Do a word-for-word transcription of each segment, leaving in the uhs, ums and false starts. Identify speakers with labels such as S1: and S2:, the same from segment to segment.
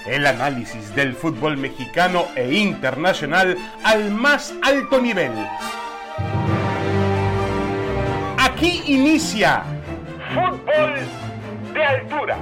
S1: El análisis del fútbol mexicano e internacional al más alto nivel. Aquí inicia Fútbol de Altura.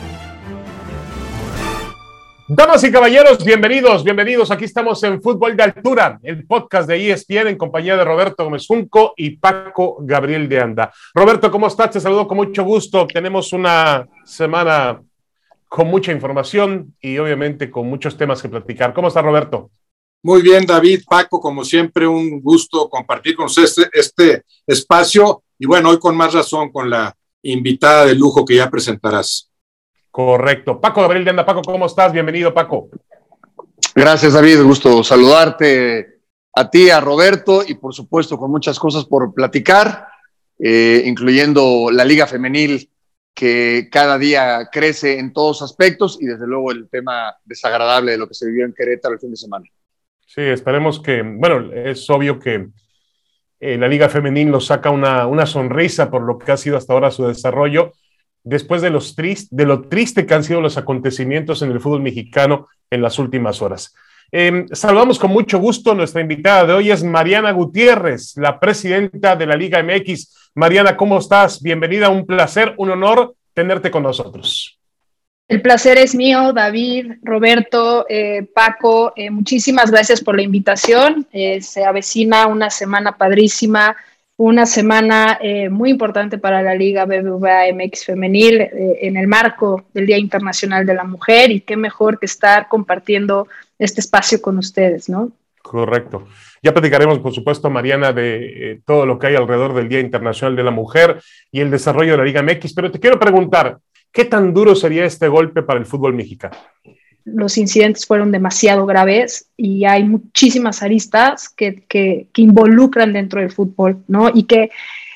S1: Damas y caballeros, bienvenidos, bienvenidos. Aquí estamos en Fútbol de Altura, el podcast de E S P N en compañía de Roberto Gómez Junco y Paco Gabriel de Anda. Roberto, ¿cómo estás? Te saludo con mucho gusto. Tenemos una semana con mucha información y obviamente con muchos temas que platicar. ¿Cómo está, Roberto?
S2: Muy bien, David, Paco, como siempre, un gusto compartir con ustedes este, este espacio y bueno, hoy con más razón con la invitada de lujo que ya presentarás.
S1: Correcto. Paco Gabriel de Anda. Paco, ¿cómo estás? Bienvenido, Paco.
S3: Gracias, David. Gusto saludarte a ti, a Roberto y por supuesto con muchas cosas por platicar, eh, incluyendo la Liga Femenil que cada día crece en todos aspectos y desde luego el tema desagradable de lo que se vivió en Querétaro el fin de semana.
S1: Sí, esperemos que, bueno, es obvio que eh, la Liga Femenil nos saca una, una sonrisa por lo que ha sido hasta ahora su desarrollo, después de, los trist, de lo triste que han sido los acontecimientos en el fútbol mexicano en las últimas horas. Eh, saludamos con mucho gusto. Nuestra invitada de hoy es Mariana Gutiérrez, la presidenta de la Liga M X. Mariana, ¿cómo estás? Bienvenida, un placer, un honor tenerte con nosotros.
S4: El placer es mío, David, Roberto, eh, Paco, eh, muchísimas gracias por la invitación. Eh, se avecina una semana padrísima, una semana eh, muy importante para la Liga B B V A M X Femenil eh, en el marco del Día Internacional de la Mujer, y qué mejor que estar compartiendo este espacio con ustedes, ¿no?
S1: Correcto. Ya platicaremos, por supuesto, Mariana, de eh, todo lo que hay alrededor del Día Internacional de la Mujer y el desarrollo de la Liga M X, pero te quiero preguntar, ¿qué tan duro sería este golpe para el fútbol mexicano?
S4: Los incidentes fueron demasiado graves y hay muchísimas aristas que, que, que involucran dentro del fútbol, ¿no? Y que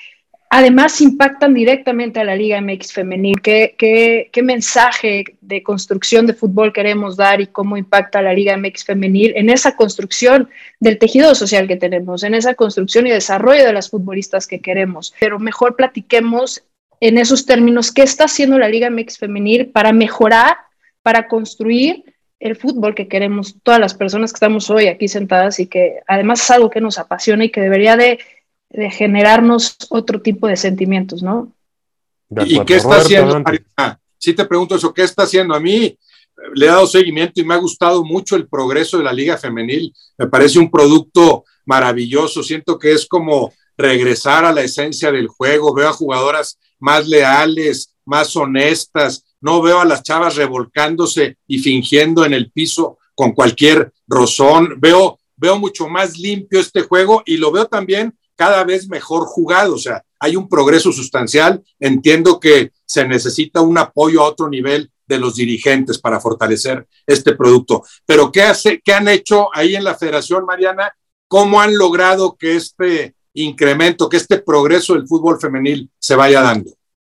S4: además impactan directamente a la Liga M X Femenil. ¿Qué, qué, qué mensaje de construcción de fútbol queremos dar y cómo impacta a la Liga M X Femenil en esa construcción del tejido social que tenemos, en esa construcción y desarrollo de las futbolistas que queremos? Pero mejor platiquemos en esos términos, ¿qué está haciendo la Liga M X Femenil para mejorar, para construir el fútbol que queremos todas las personas que estamos hoy aquí sentadas, y que además es algo que nos apasiona y que debería de, de generarnos otro tipo de sentimientos, ¿no?
S2: ¿Y qué está haciendo, Mariana? Sí te pregunto eso, ¿qué está haciendo? A mí le he dado seguimiento y me ha gustado mucho el progreso de la Liga Femenil. Me parece un producto maravilloso. Siento que es como regresar a la esencia del juego. Veo a jugadoras más leales, más honestas. No veo a las chavas revolcándose y fingiendo en el piso con cualquier rozón. Veo, veo mucho más limpio este juego y lo veo también cada vez mejor jugado. O sea, hay un progreso sustancial. Entiendo que se necesita un apoyo a otro nivel de los dirigentes para fortalecer este producto. Pero ¿qué, hace, qué han hecho ahí en la federación, Mariana? ¿Cómo han logrado que este incremento, que este progreso del fútbol femenil se vaya dando?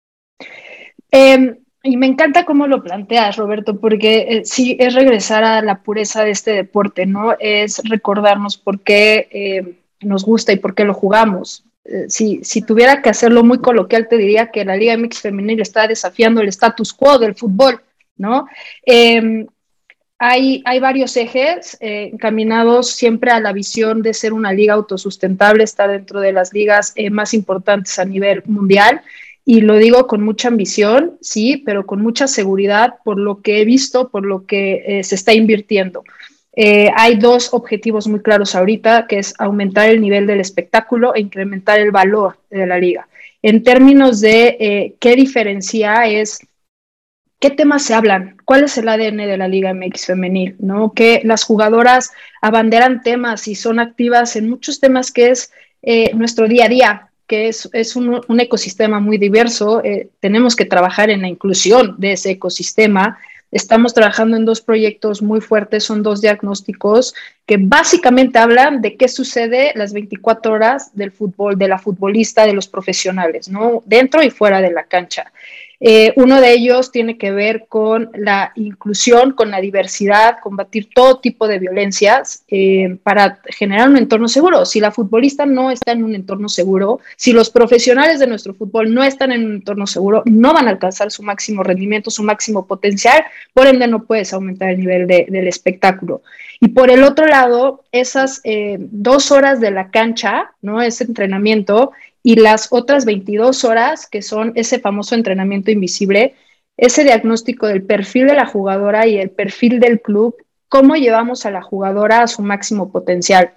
S4: Eh, y me encanta cómo lo planteas, Roberto, porque eh, sí, es regresar a la pureza de este deporte, ¿no? Es recordarnos por qué eh, nos gusta y por qué lo jugamos. Eh, si, si tuviera que hacerlo muy coloquial, te diría que la Liga M X Femenil está desafiando el status quo del fútbol, ¿no? Eh, Hay, hay varios ejes eh, encaminados siempre a la visión de ser una liga autosustentable, estar dentro de las ligas eh, más importantes a nivel mundial, y lo digo con mucha ambición, sí, pero con mucha seguridad por lo que he visto, por lo que eh, se está invirtiendo. Eh, hay dos objetivos muy claros ahorita, que es aumentar el nivel del espectáculo e incrementar el valor de la liga. En términos de eh, qué diferencia es... ¿Qué temas se hablan? ¿Cuál es el A D N de la Liga M X Femenil? ¿No? Que las jugadoras abanderan temas y son activas en muchos temas que es eh, nuestro día a día, que es, es un, un ecosistema muy diverso. Eh, tenemos que trabajar en la inclusión de ese ecosistema. Estamos trabajando en dos proyectos muy fuertes, son dos diagnósticos que básicamente hablan de qué sucede las veinticuatro horas del fútbol, de la futbolista, de los profesionales, ¿no? Dentro y fuera de la cancha. Eh, uno de ellos tiene que ver con la inclusión, con la diversidad, combatir todo tipo de violencias eh, para generar un entorno seguro. Si la futbolista no está en un entorno seguro, si los profesionales de nuestro fútbol no están en un entorno seguro, no van a alcanzar su máximo rendimiento, su máximo potencial, por ende no puedes aumentar el nivel de, del espectáculo. Y por el otro lado, esas eh, dos horas de la cancha, ¿no? Ese entrenamiento, y las otras veintidós horas, que son ese famoso entrenamiento invisible, ese diagnóstico del perfil de la jugadora y el perfil del club, cómo llevamos a la jugadora a su máximo potencial.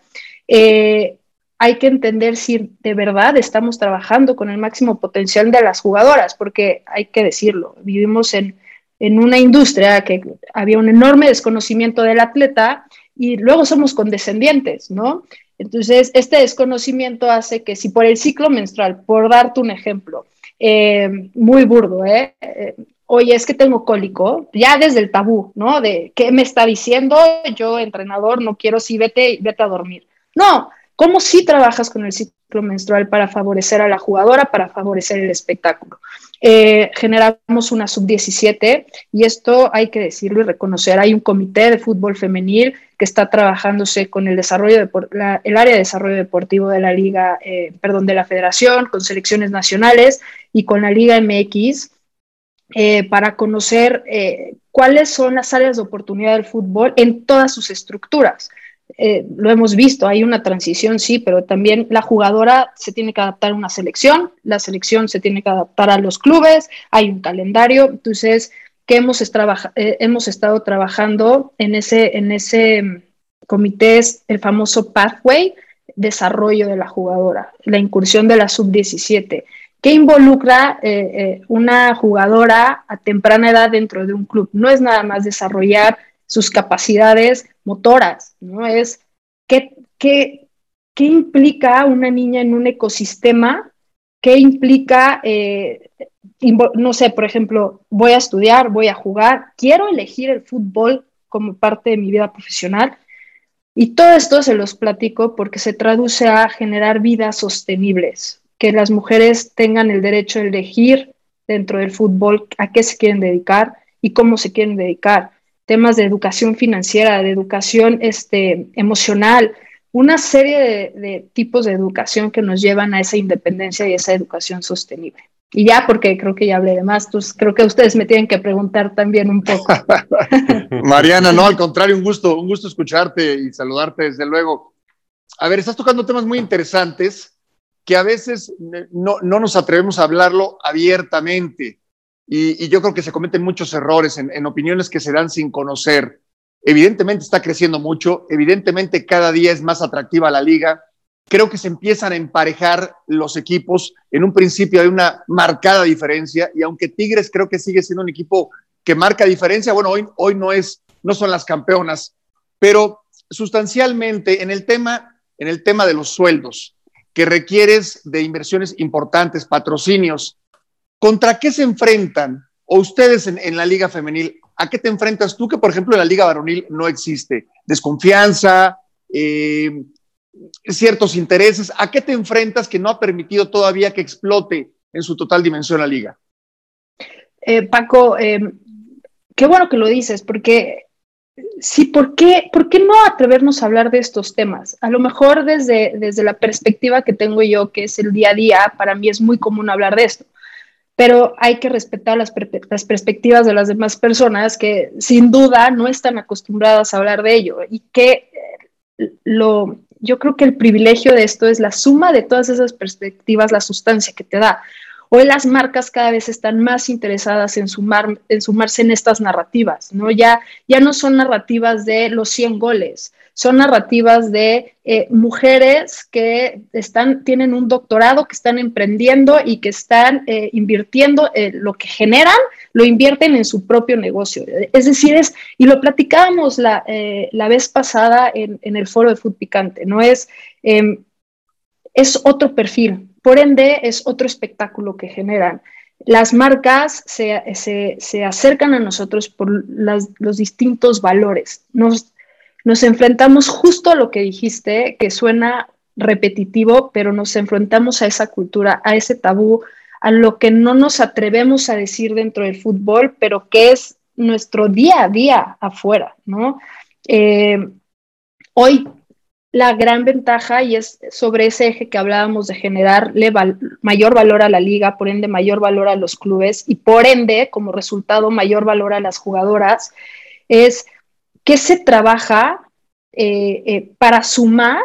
S4: Eh, hay que entender si de verdad estamos trabajando con el máximo potencial de las jugadoras, porque hay que decirlo, vivimos en, en una industria que había un enorme desconocimiento del atleta y luego somos condescendientes, ¿no? Entonces, este desconocimiento hace que si por el ciclo menstrual, por darte un ejemplo, eh, muy burdo, ¿eh? eh, oye, es que tengo cólico, ya desde el tabú, ¿no? De qué me está diciendo, yo entrenador no quiero, sí, vete, vete a dormir. No, ¿cómo sí trabajas con el ciclo menstrual para favorecer a la jugadora, para favorecer el espectáculo? Eh, generamos una sub diecisiete y esto hay que decirlo y reconocer, hay un comité de fútbol femenil que está trabajándose con el desarrollo de la, el área de desarrollo deportivo de la liga, eh, perdón, de la federación, con selecciones nacionales y con la Liga M X eh, para conocer eh, cuáles son las áreas de oportunidad del fútbol en todas sus estructuras. Eh, lo hemos visto, hay una transición, sí, pero también la jugadora se tiene que adaptar a una selección, la selección se tiene que adaptar a los clubes, hay un calendario, entonces que hemos, trabaja, eh, hemos estado trabajando en ese, en ese comité, el famoso Pathway, desarrollo de la jugadora, la incursión de la sub diecisiete, que involucra eh, eh, una jugadora a temprana edad dentro de un club. No es nada más desarrollar sus capacidades motoras, ¿no? Es qué, qué, qué implica una niña en un ecosistema, qué implica... Eh, no sé, por ejemplo, voy a estudiar, voy a jugar, quiero elegir el fútbol como parte de mi vida profesional y todo esto se los platico porque se traduce a generar vidas sostenibles, que las mujeres tengan el derecho de elegir dentro del fútbol a qué se quieren dedicar y cómo se quieren dedicar, temas de educación financiera, de educación este, emocional, una serie de, de tipos de educación que nos llevan a esa independencia y esa educación sostenible. Y ya, porque creo que ya hablé de más, entonces creo que ustedes me tienen que preguntar también un poco.
S3: Mariana, no, al contrario, un gusto, un gusto escucharte y saludarte desde luego. A ver, estás tocando temas muy interesantes que a veces no, no nos atrevemos a hablarlo abiertamente y, y yo creo que se cometen muchos errores en, en opiniones que se dan sin conocer. Evidentemente está creciendo mucho, evidentemente cada día es más atractiva la liga. Creo que se empiezan a emparejar los equipos. En un principio hay una marcada diferencia y aunque Tigres creo que sigue siendo un equipo que marca diferencia, bueno, hoy, hoy no, es, no son las campeonas, pero sustancialmente en el tema, en el tema de los sueldos, que requieres de inversiones importantes, patrocinios, ¿contra qué se enfrentan? O ustedes en, en la Liga Femenil, ¿a qué te enfrentas tú que, por ejemplo, en la Liga Varonil no existe? Desconfianza, eh, ciertos intereses. ¿A qué te enfrentas que no ha permitido todavía que explote en su total dimensión la liga?
S4: Eh, Paco, eh, qué bueno que lo dices, porque sí, ¿por qué, ¿por qué no atrevernos a hablar de estos temas? A lo mejor desde, desde la perspectiva que tengo yo, que es el día a día, para mí es muy común hablar de esto, pero hay que respetar las, per las perspectivas de las demás personas que sin duda no están acostumbradas a hablar de ello y que eh, lo... Yo creo que el privilegio de esto es la suma de todas esas perspectivas, la sustancia que te da. Hoy las marcas cada vez están más interesadas en, sumar, en sumarse en estas narrativas, ¿no? Ya, ya no son narrativas de los cien goles, son narrativas de eh, mujeres que están, tienen un doctorado, que están emprendiendo y que están eh, invirtiendo eh, lo que generan, lo invierten en su propio negocio. Es decir, es, y lo platicábamos la, eh, la vez pasada en, en el foro de Fut Picante, ¿no? Es, eh, es otro perfil, por ende es otro espectáculo que generan. Las marcas se, se, se acercan a nosotros por las, los distintos valores. Nos, nos enfrentamos justo a lo que dijiste, que suena repetitivo, pero nos enfrentamos a esa cultura, a ese tabú, a lo que no nos atrevemos a decir dentro del fútbol, pero que es nuestro día a día afuera, ¿no? Eh, hoy la gran ventaja, y es sobre ese eje que hablábamos de generarle val- mayor valor a la liga, por ende mayor valor a los clubes y por ende, como resultado, mayor valor a las jugadoras, es que se trabaja eh, eh, para sumar.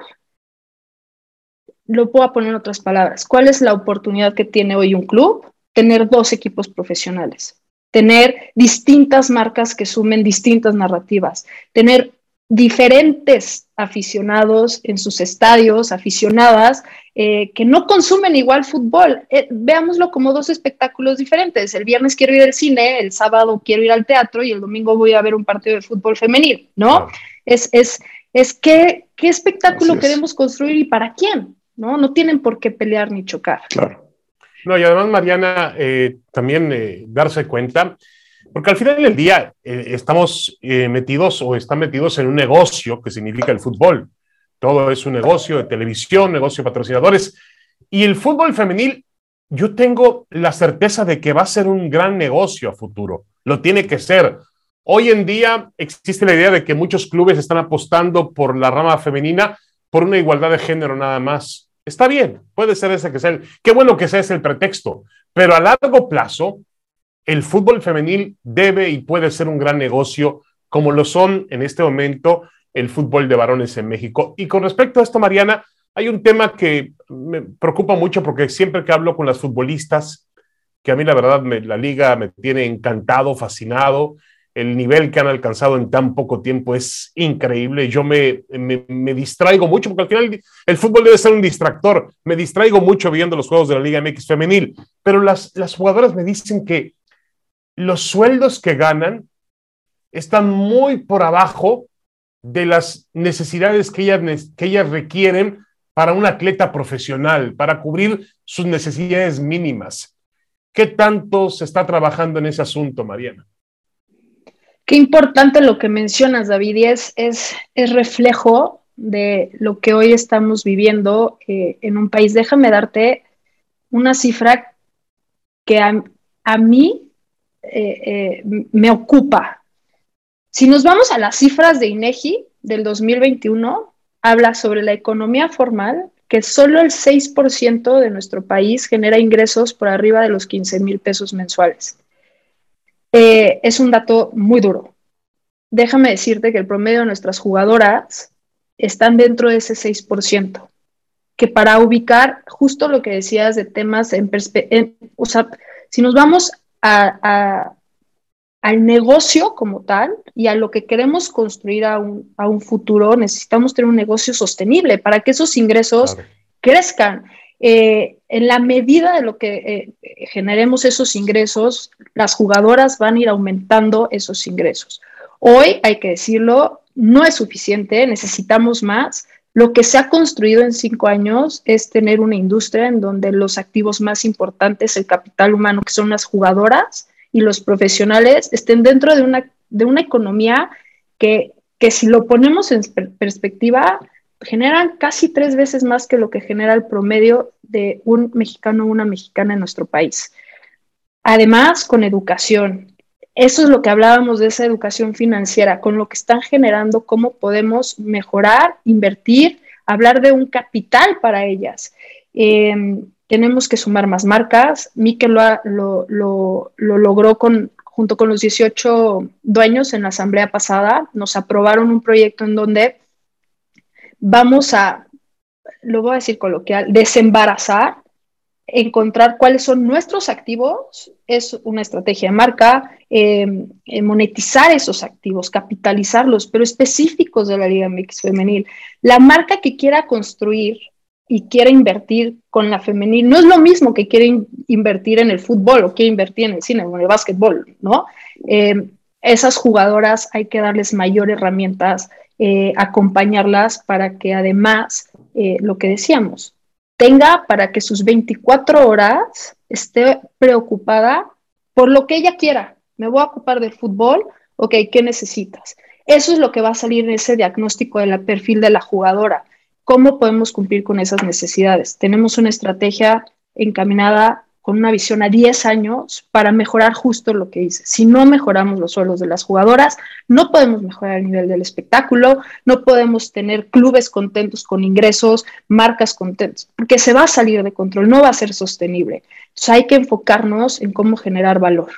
S4: Lo puedo poner en otras palabras. ¿Cuál es la oportunidad que tiene hoy un club? Tener dos equipos profesionales, tener distintas marcas que sumen distintas narrativas, tener diferentes aficionados en sus estadios, aficionadas eh, que no consumen igual fútbol. Eh, veámoslo como dos espectáculos diferentes. El viernes quiero ir al cine, el sábado quiero ir al teatro y el domingo voy a ver un partido de fútbol femenil, ¿no? Claro. Es, es, es que, ¿qué espectáculo es. queremos construir y para quién? ¿No? No tienen por qué pelear ni chocar.
S1: Claro. No, y además, Mariana, eh, también eh, darse cuenta, porque al final del día eh, estamos eh, metidos o están metidos en un negocio que significa el fútbol. Todo es un negocio de televisión, negocio de patrocinadores. Y el fútbol femenil, yo tengo la certeza de que va a ser un gran negocio a futuro. Lo tiene que ser. Hoy en día existe la idea de que muchos clubes están apostando por la rama femenina por una igualdad de género nada más. Está bien, puede ser ese que sea el, qué bueno que sea ese el pretexto, pero a largo plazo, el fútbol femenil debe y puede ser un gran negocio, como lo son en este momento el fútbol de varones en México. Y con respecto a esto, Mariana, hay un tema que me preocupa mucho porque siempre que hablo con las futbolistas, que a mí la verdad me, la liga me tiene encantado, fascinado, el nivel que han alcanzado en tan poco tiempo es increíble. Yo me, me, me distraigo mucho, porque al final el, el fútbol debe ser un distractor. Me distraigo mucho viendo los juegos de la Liga M X femenil, pero las, las jugadoras me dicen que los sueldos que ganan están muy por abajo de las necesidades que ellas, que ellas requieren para un atleta profesional, para cubrir sus necesidades mínimas. ¿Qué tanto se está trabajando en ese asunto, Mariana?
S4: Qué importante lo que mencionas, David, y es, es, es reflejo de lo que hoy estamos viviendo eh, en un país. Déjame darte una cifra que a, a mí eh, eh, me ocupa. Si nos vamos a las cifras de INEGI del dos mil veintiuno, habla sobre la economía formal, que solo el seis por ciento de nuestro país genera ingresos por arriba de los quince mil pesos mensuales. Eh, es un dato muy duro. Déjame decirte que el promedio de nuestras jugadoras están dentro de ese seis por ciento, que para ubicar justo lo que decías de temas en perspectiva, o sea, si nos vamos a, a, al negocio como tal y a lo que queremos construir a un, a un futuro, necesitamos tener un negocio sostenible para que esos ingresos claro. crezcan. Eh, en la medida de lo que eh, generemos esos ingresos, las jugadoras van a ir aumentando esos ingresos. Hoy, hay que decirlo, no es suficiente, necesitamos más. Lo que se ha construido en cinco años es tener una industria en donde los activos más importantes, el capital humano, que son las jugadoras y los profesionales, estén dentro de una, de una economía que, que si lo ponemos en perspectiva, generan casi tres veces más que lo que genera el promedio de un mexicano o una mexicana en nuestro país. Además, con educación. Eso es lo que hablábamos de esa educación financiera, con lo que están generando, cómo podemos mejorar, invertir, hablar de un capital para ellas. Eh, tenemos que sumar más marcas. Mikel lo, lo, lo, lo logró con, junto con los dieciocho dueños en la asamblea pasada. Nos aprobaron un proyecto en donde vamos a, lo voy a decir coloquial, desembarazar, encontrar cuáles son nuestros activos, es una estrategia de marca, eh, eh, monetizar esos activos, capitalizarlos, pero específicos de la Liga M X femenil. La marca que quiera construir y quiera invertir con la femenil no es lo mismo que quiere in- invertir en el fútbol o quiere invertir en el cine o en el básquetbol, ¿no? Eh, esas jugadoras hay que darles mayor herramientas, eh, acompañarlas para que además, eh, lo que decíamos, tenga para que sus veinticuatro horas esté preocupada por lo que ella quiera. Me voy a ocupar del fútbol, ok, ¿qué necesitas? Eso es lo que va a salir en ese diagnóstico del perfil de la jugadora. ¿Cómo podemos cumplir con esas necesidades? Tenemos una estrategia encaminada con una visión a diez años para mejorar justo lo que dice. Si no mejoramos los sueldos de las jugadoras, no podemos mejorar el nivel del espectáculo, no podemos tener clubes contentos con ingresos, marcas contentas, porque se va a salir de control, no va a ser sostenible. Entonces hay que enfocarnos en cómo generar valor.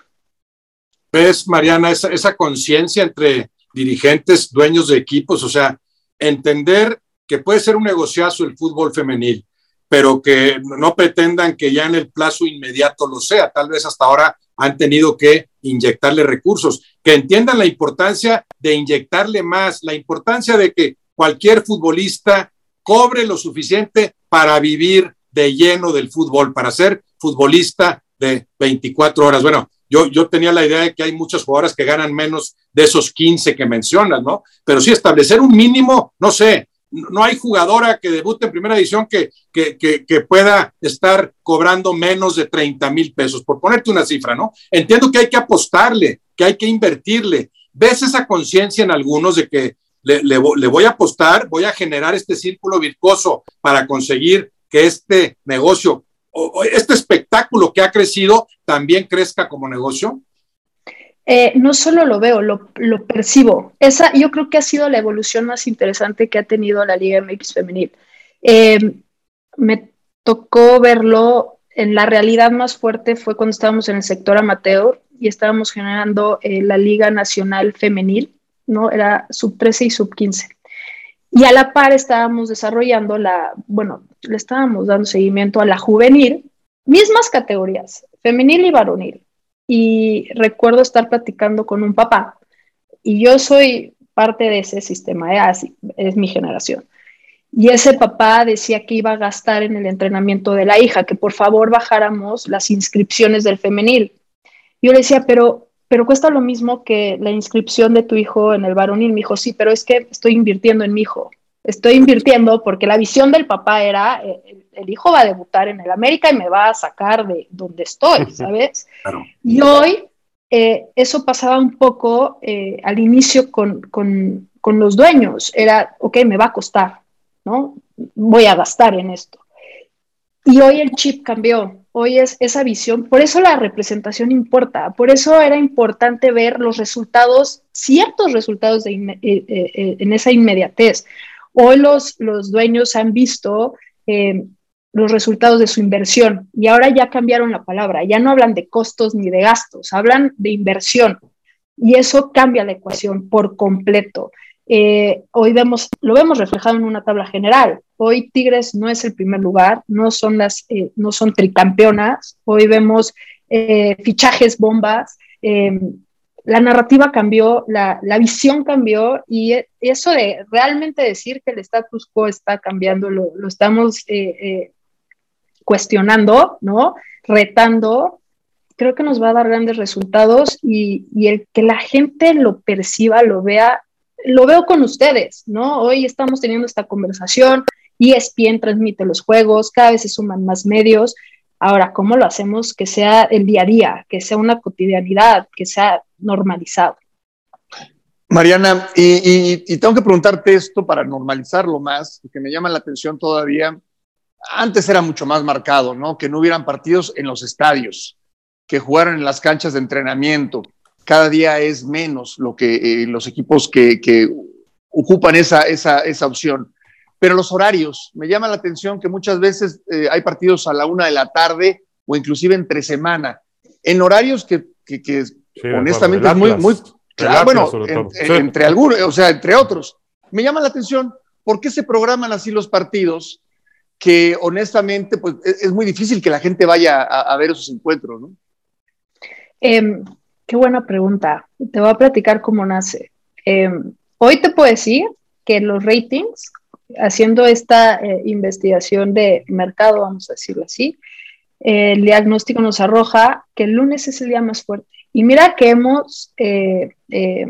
S2: ¿Ves, Mariana, esa, esa conciencia entre dirigentes, dueños de equipos? O sea, entender que puede ser un negociazo el fútbol femenil, pero que no pretendan que ya en el plazo inmediato lo sea. Tal vez hasta ahora han tenido que inyectarle recursos, que entiendan la importancia de inyectarle más, la importancia de que cualquier futbolista cobre lo suficiente para vivir de lleno del fútbol, para ser futbolista de veinticuatro horas. Bueno, yo, yo tenía la idea de que hay muchas jugadoras que ganan menos de esos quince que mencionas, ¿no? Pero sí establecer un mínimo, no sé, no hay jugadora que debute en primera división que, que, que, que pueda estar cobrando menos de treinta mil pesos, por ponerte una cifra, ¿no? Entiendo que hay que apostarle, que hay que invertirle. ¿Ves esa conciencia en algunos de que le, le, le voy a apostar, voy a generar este círculo virtuoso para conseguir que este negocio, o este espectáculo que ha crecido, también crezca como negocio?
S4: Eh, no solo lo veo, lo, lo percibo. Esa yo creo que ha sido la evolución más interesante que ha tenido la Liga M X femenil. Eh, me tocó verlo en la realidad más fuerte fue cuando estábamos en el sector amateur y estábamos generando eh, la Liga Nacional Femenil, ¿no? Era sub trece y sub quince. Y a la par estábamos desarrollando la, bueno, le estábamos dando seguimiento a la juvenil, mismas categorías, femenil y varonil. Y recuerdo estar platicando con un papá, y yo soy parte de ese sistema, ¿eh? Así, es mi generación. Y ese papá decía que iba a gastar en el entrenamiento de la hija, que por favor bajáramos las inscripciones del femenil. Yo le decía, pero, pero cuesta lo mismo que la inscripción de tu hijo en el varonil. Me dijo, sí, pero es que estoy invirtiendo en mi hijo. Estoy invirtiendo porque la visión del papá era, el, el hijo va a debutar en el América y me va a sacar de donde estoy, ¿sabes? Claro. Y hoy eh, eso pasaba un poco eh, al inicio con, con, con los dueños. Era, ok, me va a costar, ¿no? Voy a gastar en esto. Y hoy el chip cambió. Hoy es esa visión. Por eso la representación importa. Por eso era importante ver los resultados, ciertos resultados de inme- eh, eh, en esa inmediatez. Hoy los, los dueños han visto eh, los resultados de su inversión y ahora ya cambiaron la palabra, ya no hablan de costos ni de gastos, hablan de inversión y eso cambia la ecuación por completo. Eh, hoy vemos, lo vemos reflejado en una tabla general. Hoy Tigres no es el primer lugar, no son, las, eh, no son tricampeonas, hoy vemos eh, fichajes bombas, eh, la narrativa cambió, la, la visión cambió y eso de realmente decir que el status quo está cambiando, lo, lo estamos eh, eh, cuestionando, ¿no? Retando, creo que nos va a dar grandes resultados y, y el que la gente lo perciba, lo vea, lo veo con ustedes, ¿no? Hoy estamos teniendo esta conversación, E S P N transmite los juegos, cada vez se suman más medios. Ahora, ¿cómo lo hacemos que sea el día a día, que sea una cotidianidad, que sea normalizado?
S3: Mariana, y, y, y tengo que preguntarte esto para normalizarlo más, porque me llama la atención todavía. Antes era mucho más marcado, ¿no? Que no hubieran partidos en los estadios, que jugaran en las canchas de entrenamiento. Cada día es menos lo que eh, los equipos que, que ocupan esa, esa, esa opción. Pero los horarios, me llama la atención que muchas veces eh, hay partidos a la una de la tarde o inclusive entre semana, en horarios que, que, que sí, honestamente es muy, muy claro, bueno, en, sí. entre algunos, o sea, entre otros. Me llama la atención por qué se programan así los partidos que honestamente pues, es, es muy difícil que la gente vaya a, a ver esos encuentros, ¿no?
S4: Eh, qué buena pregunta. Te voy a platicar cómo nace. Eh, hoy te puedo decir que los ratings, haciendo esta eh, investigación de mercado, vamos a decirlo así, eh, el diagnóstico nos arroja que el lunes es el día más fuerte. Y mira que hemos, eh, eh,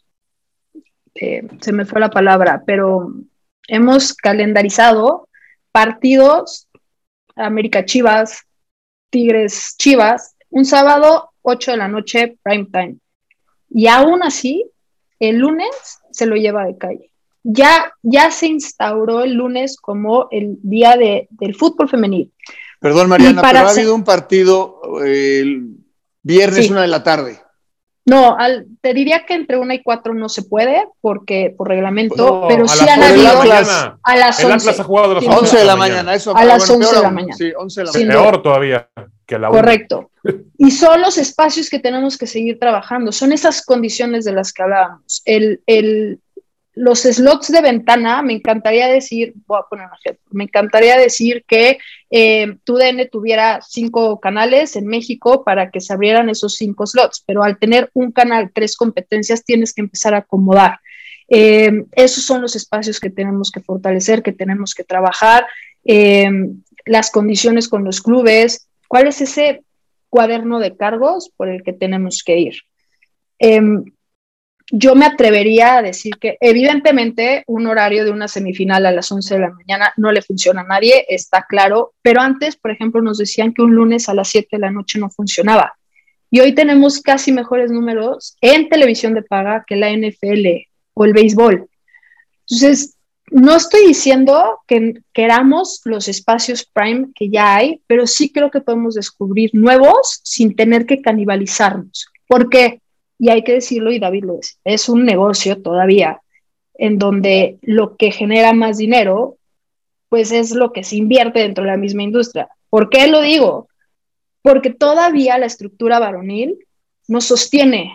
S4: eh, se me fue la palabra, pero hemos calendarizado partidos América Chivas, Tigres Chivas, un sábado, ocho de la noche, prime time. Y aún así, el lunes se lo lleva de calle. Ya, ya se instauró el lunes como el día de, del fútbol femenil.
S3: Perdón, Mariana, pero ha habido un partido eh, el viernes, sí. una de la tarde.
S4: No, al, te diría que entre una y cuatro no se puede, porque por reglamento,
S1: no,
S4: pero sí han habido a las once.
S1: El Atlas ha jugado a las
S3: once de la mañana. Eso,
S4: a las once de la mañana.
S3: Sí, once de la
S1: mañana. Peor todavía que la una.
S4: Correcto. Y son los espacios que tenemos que seguir trabajando, son esas condiciones de las que hablábamos. El, el, los slots de ventana, me encantaría decir, voy a poner un ejemplo, me encantaría decir que eh, T U D N tuviera cinco canales en México para que se abrieran esos cinco slots, pero al tener un canal, tres competencias, tienes que empezar a acomodar. Eh, esos son los espacios que tenemos que fortalecer, que tenemos que trabajar, eh, las condiciones con los clubes, cuál es ese cuaderno de cargos por el que tenemos que ir. Eh, Yo me atrevería a decir que evidentemente un horario de una semifinal a las once de la mañana no le funciona a nadie, está claro, pero antes, por ejemplo, nos decían que un lunes a las siete de la noche no funcionaba. Y hoy tenemos casi mejores números en televisión de paga que la N F L o el béisbol. Entonces, no estoy diciendo que queramos los espacios prime que ya hay, pero sí creo que podemos descubrir nuevos sin tener que canibalizarnos. ¿Por qué? Y hay que decirlo, y David lo dice, es un negocio todavía en donde lo que genera más dinero, pues es lo que se invierte dentro de la misma industria. ¿Por qué lo digo? Porque todavía la estructura varonil nos sostiene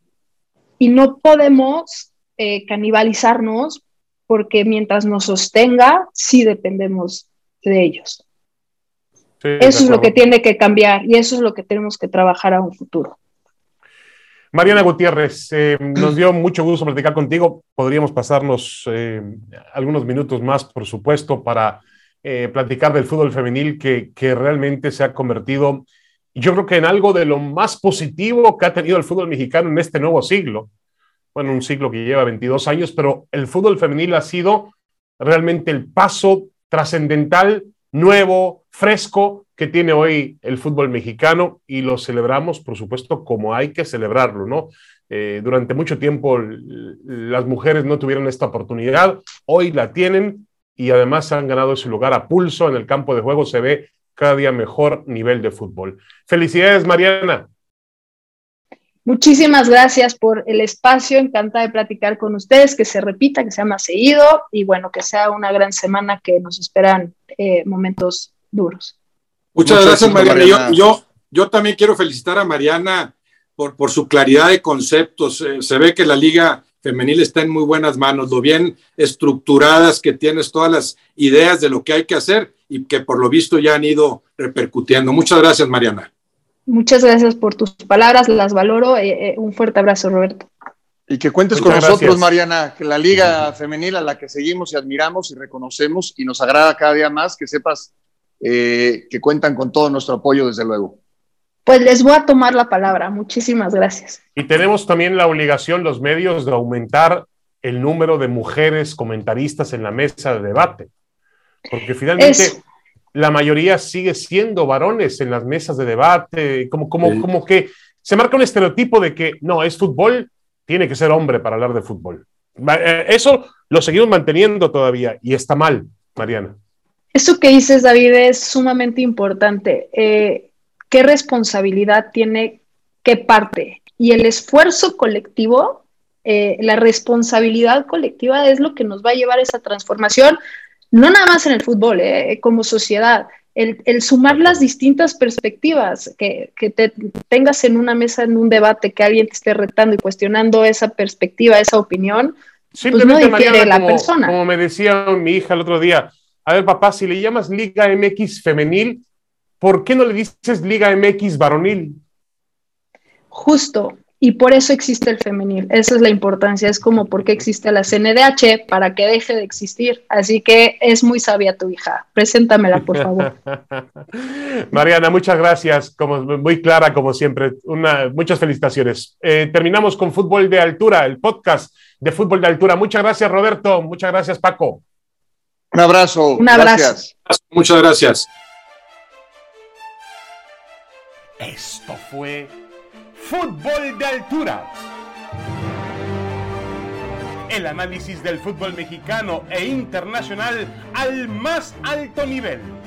S4: y no podemos eh, canibalizarnos porque mientras nos sostenga, sí dependemos de ellos. Sí, eso es lo que tiene que cambiar y eso es lo que tenemos que trabajar a un futuro.
S1: Mariana Gutiérrez, eh, nos dio mucho gusto platicar contigo. Podríamos pasarnos eh, algunos minutos más, por supuesto, para eh, platicar del fútbol femenil que, que realmente se ha convertido, yo creo que en algo de lo más positivo que ha tenido el fútbol mexicano en este nuevo siglo. Bueno, un siglo que lleva veintidós años, pero el fútbol femenil ha sido realmente el paso trascendental, nuevo, fresco, que tiene hoy el fútbol mexicano y lo celebramos, por supuesto, como hay que celebrarlo, ¿no? Eh, durante mucho tiempo las mujeres no tuvieron esta oportunidad, hoy la tienen y además han ganado ese lugar a pulso en el campo de juego, se ve cada día mejor nivel de fútbol. Felicidades, Mariana.
S4: Muchísimas gracias por el espacio, encantada de platicar con ustedes, que se repita, que sea más seguido y bueno, que sea una gran semana que nos esperan eh, momentos duros.
S2: Muchas, Muchas gracias, Mariana. Mariana. Yo, yo, yo también quiero felicitar a Mariana por, por su claridad de conceptos. Eh, se ve que la Liga Femenil está en muy buenas manos, lo bien estructuradas que tienes, todas las ideas de lo que hay que hacer y que por lo visto ya han ido repercutiendo. Muchas gracias, Mariana.
S4: Muchas gracias por tus palabras, las valoro. Eh, eh, un fuerte abrazo, Roberto.
S3: Y que cuentes Muchas con gracias. nosotros, Mariana, que la Liga Femenil a la que seguimos y admiramos y reconocemos y nos agrada cada día más, que sepas Eh, que cuentan con todo nuestro apoyo, desde luego.
S4: Pues les voy a tomar la palabra. Muchísimas gracias.
S1: Y tenemos también la obligación, los medios, de aumentar el número de mujeres comentaristas en la mesa de debate, porque finalmente es... la mayoría sigue siendo varones en las mesas de debate, como, como, sí. como que se marca un estereotipo de que no, es fútbol, tiene que ser hombre para hablar de fútbol. Eso lo seguimos manteniendo todavía y está mal, Mariana.
S4: Eso que dices, David, es sumamente importante. Eh, ¿Qué responsabilidad tiene qué parte? Y el esfuerzo colectivo, eh, la responsabilidad colectiva es lo que nos va a llevar a esa transformación, no nada más en el fútbol, eh, como sociedad. El, el sumar las distintas perspectivas, que, que te tengas en una mesa, en un debate, que alguien te esté retando y cuestionando esa perspectiva, esa opinión,
S1: simplemente, pues no difiere Mariana, la como, persona. Como me decía mi hija el otro día, a ver, papá, si le llamas Liga M X femenil, ¿por qué no le dices Liga M X varonil?
S4: Justo, y por eso existe el femenil. Esa es la importancia, es como por qué existe la C N D H, para que deje de existir. Así que es muy sabia tu hija. Preséntamela, por favor.
S1: Mariana, muchas gracias, como, muy clara como siempre. Una, muchas felicitaciones. Eh, terminamos con Fútbol de Altura, el podcast de Fútbol de Altura. Muchas gracias, Roberto. Muchas gracias, Paco.
S3: Un abrazo.
S4: Un abrazo. Gracias.
S2: Muchas gracias.
S5: Esto fue Fútbol de Altura. El análisis del fútbol mexicano e internacional al más alto nivel.